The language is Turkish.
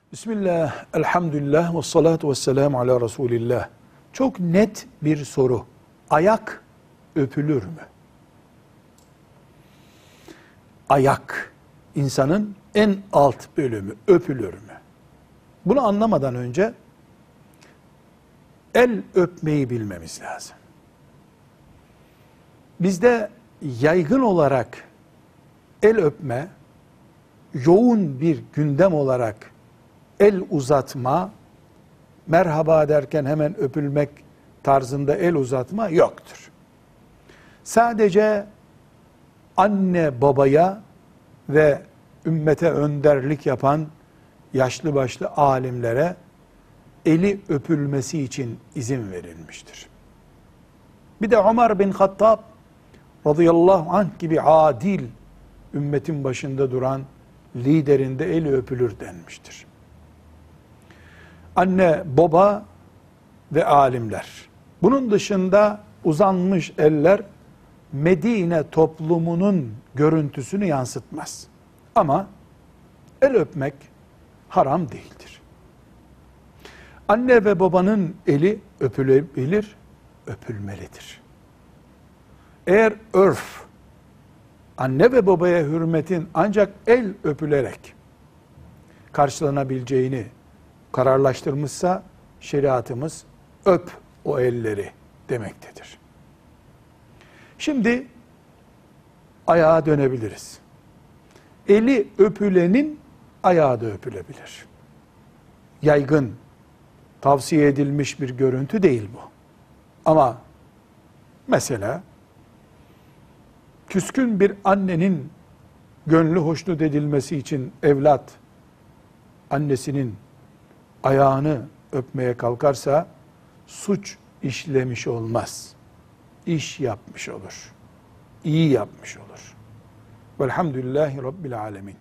Bismillah, elhamdülillah ve salatu ve selamu ala Resulillah. Çok net bir soru. Ayak öpülür mü? Ayak, insanın en alt bölümü öpülür mü? Bunu anlamadan önce el öpmeyi bilmemiz lazım. Bizde yaygın olarak el öpme, yoğun bir gündem olarak el uzatma, merhaba derken hemen öpülmek tarzında el uzatma yoktur. Sadece anne babaya ve ümmete önderlik yapan yaşlı başlı alimlere eli öpülmesi için izin verilmiştir. Bir de Ömer bin Hattab radıyallahu anh gibi adil, ümmetin başında duran liderinde eli öpülür denmiştir. Anne, baba ve alimler. Bunun dışında uzanmış eller Medine toplumunun görüntüsünü yansıtmaz. Ama el öpmek haram değildir. Anne ve babanın eli öpülebilir, öpülmelidir. Eğer örf, anne ve babaya hürmetin ancak el öpülerek karşılanabileceğini kararlaştırmışsa, şeriatımız öp o elleri demektedir. Şimdi ayağa dönebiliriz. Eli öpülenin ayağı da öpülebilir. Yaygın, tavsiye edilmiş bir görüntü değil bu. Ama mesela küskün bir annenin gönlü hoşnut edilmesi için evlat annesinin ayağını öpmeye kalkarsa suç işlemiş olmaz. İş yapmış olur. İyi yapmış olur. Velhamdülillahi Rabbil alemin.